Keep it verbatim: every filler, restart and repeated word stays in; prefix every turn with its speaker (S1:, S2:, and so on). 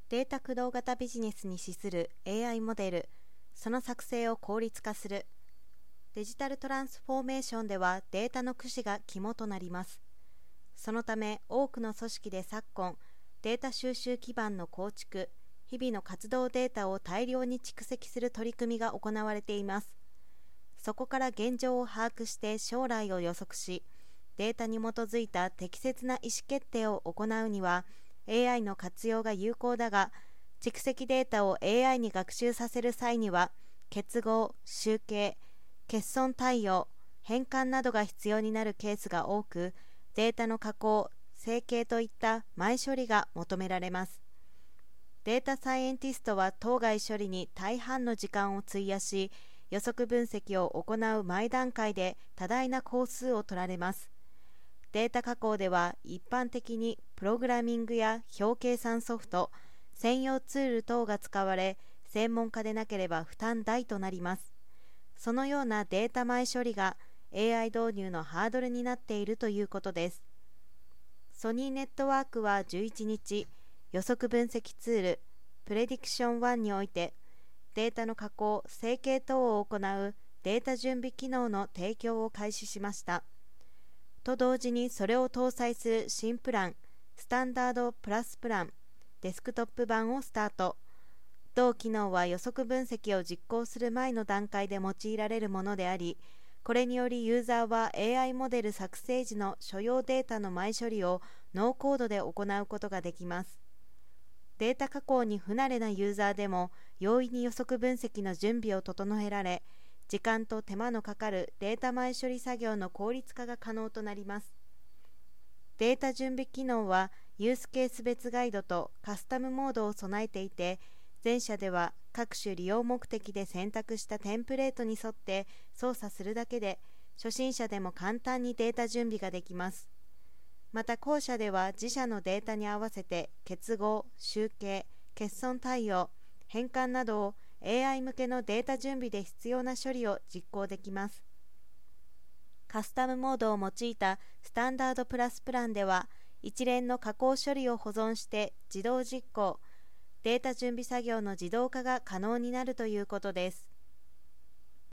S1: データ駆動型ビジネスに資する エーアイ モデル、その作成を効率化する。デジタルトランスフォーメーションではデータの駆使が肝となります。そのため多くの組織で昨今、データ収集基盤の構築、日々の活動データを大量に蓄積する取り組みが行われています。そこから現状を把握して将来を予測し、データに基づいた適切な意思決定を行うには、エーアイ の活用が有効だが、蓄積データを エーアイ に学習させる際には、結合、集計、欠損対応、変換などが必要になるケースが多く、データの加工、整形といった前処理が求められます。データサイエンティストは当該処理に大半の時間を費やし、予測分析を行う前段階で多大な工数を取られます。データ加工では一般的にプログラミングや表計算ソフト、専用ツール等が使われ、専門家でなければ負担大となります。そのようなデータ前処理が エーアイ 導入のハードルになっているということです。ソニーネットワークはじゅういちにち、予測分析ツール、プレディクションワンにおいて、データの加工、整形等を行うデータ準備機能の提供を開始しました。と同時にそれを搭載する新プラン、スタンダードプラスプラン、デスクトップ版をスタート。同機能は予測分析を実行する前の段階で用いられるものであり、これによりユーザーは エーアイ モデル作成時の所要データの前処理をノーコードで行うことができます。データ加工に不慣れなユーザーでも容易に予測分析の準備を整えられ、時間と手間のかかるデータ前処理作業の効率化が可能となります。データ準備機能はユースケース別ガイドとカスタムモードを備えていて、前者では各種利用目的で選択したテンプレートに沿って操作するだけで、初心者でも簡単にデータ準備ができます。また後者では自社のデータに合わせて結合、集計、欠損対応、変換などを エーアイ 向けのデータ準備で必要な処理を実行できます。カスタムモードを用いたスタンダードプラスプランでは、一連の加工処理を保存して自動実行、データ準備作業の自動化が可能になるということです。